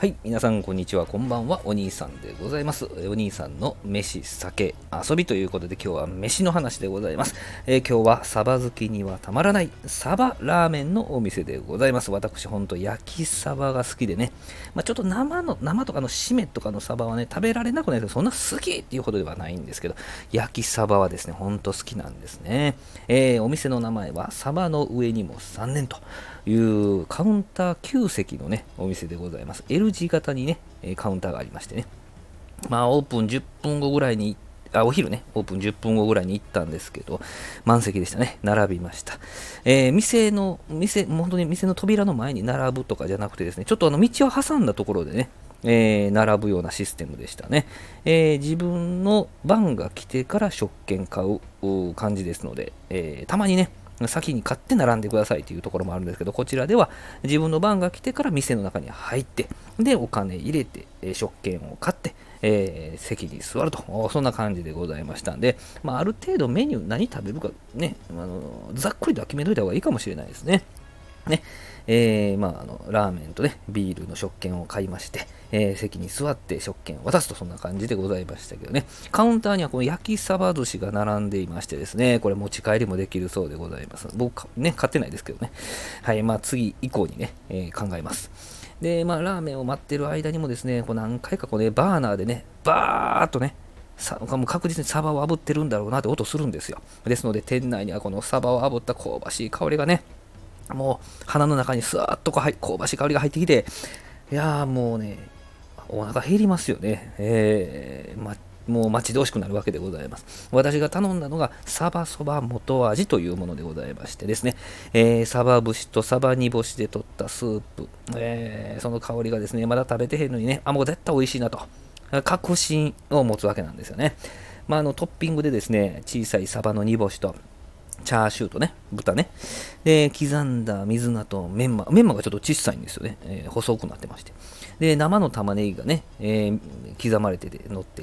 はい、皆さんこんにちは、こんばんは、お兄さんでございます。お兄さんの飯、酒、遊びということで今日は飯の話でございます。今日はサバ好きにはたまらないサバラーメンのお店でございます。私ほんと焼きサバが好きでね、ちょっと生とかの締めとかのサバはね、食べられなくないですけど、そんな好きっていうほどではないんですけど、焼きサバはですね、ほんと好きなんですね。お店の名前はサバの上にも3年というカウンター9席のね、お店でございます。L 字型にね、カウンターがありましてね。オープン10分後ぐらいに、お昼ね、オープン10分後ぐらいに行ったんですけど、満席でしたね。並びました。本当に店の扉の前に並ぶとかじゃなくてですね、ちょっと道を挟んだところでね、並ぶようなシステムでしたね。自分の番が来てから食券買う感じですので、たまにね、先に買って並んでくださいというところもあるんですけど、こちらでは自分の番が来てから店の中に入って、で、お金入れて、食券を買って、席に座ると、そんな感じでございましたんで、ある程度メニュー何食べるかね、ざっくりとは決めといた方がいいかもしれないですね。ね、ラーメンとね、ビールの食券を買いまして、席に座って食券を渡すと、そんな感じでございましたけどね、カウンターにはこの焼きサバ寿司が並んでいましてですね、これ持ち帰りもできるそうでございます。僕ね、買ってないですけどね。はい、次以降にね、考えます。で、ラーメンを待ってる間にもですね、何回かバーナーでね、バーっとね、もう確実にサバを炙ってるんだろうなって音するんですよ。ですので、店内にはこのサバを炙った香ばしい香りがね、もう鼻の中にスワーッと香ばしい香りが入ってきて、いやーもうね、お腹減りますよね。もう待ち遠しくなるわけでございます。私が頼んだのがサバそば元味というものでございましてですね、サバ節とサバ煮干しで取ったスープ、その香りがですね、まだ食べてへんのにね、もう絶対美味しいなと、確信を持つわけなんですよね。トッピングでですね、小さいサバの煮干しと、チャーシューとね、豚ね。で、刻んだ水菜とメンマがちょっと小さいんですよね。細くなってまして。で、生の玉ねぎがね、刻まれてて乗って、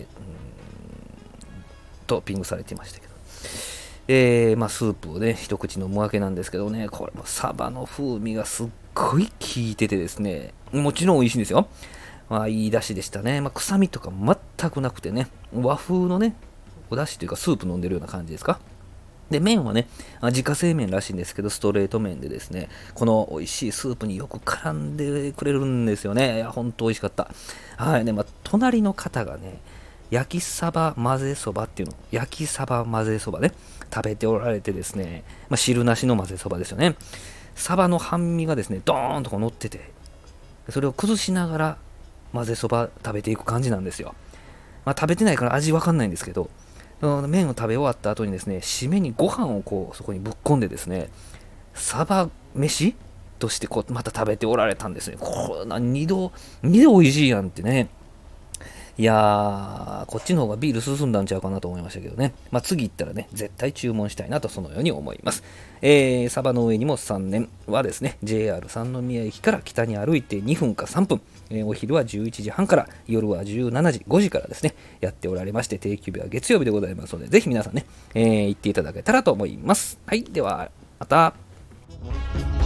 トッピングされてましたけど。スープをね、一口飲むわけなんですけどね、これもサバの風味がすっごい効いててですね、もちろん美味しいんですよ。いい出汁でしたね。臭みとか全くなくてね、和風のね、お出汁というかスープ飲んでるような感じですか。で、麺はね、自家製麺らしいんですけど、ストレート麺でですね、この美味しいスープによく絡んでくれるんですよね。いや、ほんと美味しかった。はいね、隣の方がね、焼きサバ混ぜそばっていうの、焼きサバ混ぜそばね、食べておられてですね、汁なしの混ぜそばですよね。サバの半身がですね、ドーンと乗ってて、それを崩しながら混ぜそば食べていく感じなんですよ。食べてないから味わかんないんですけど、麺を食べ終わった後にですね、締めにご飯をそこにぶっ込んでですね、サバ飯としてまた食べておられたんですね。これ二度美味しいやんってね。いやー、こっちの方がビール進んだんちゃうかなと思いましたけどね。次行ったらね、絶対注文したいなとそのように思います。サバの上にも3年はですね、JR 三宮駅から北に歩いて2分か3分、お昼は11時半から、夜は17時、5時からですね、やっておられまして、定休日は月曜日でございますので、ぜひ皆さんね、行っていただけたらと思います。はい、では、また。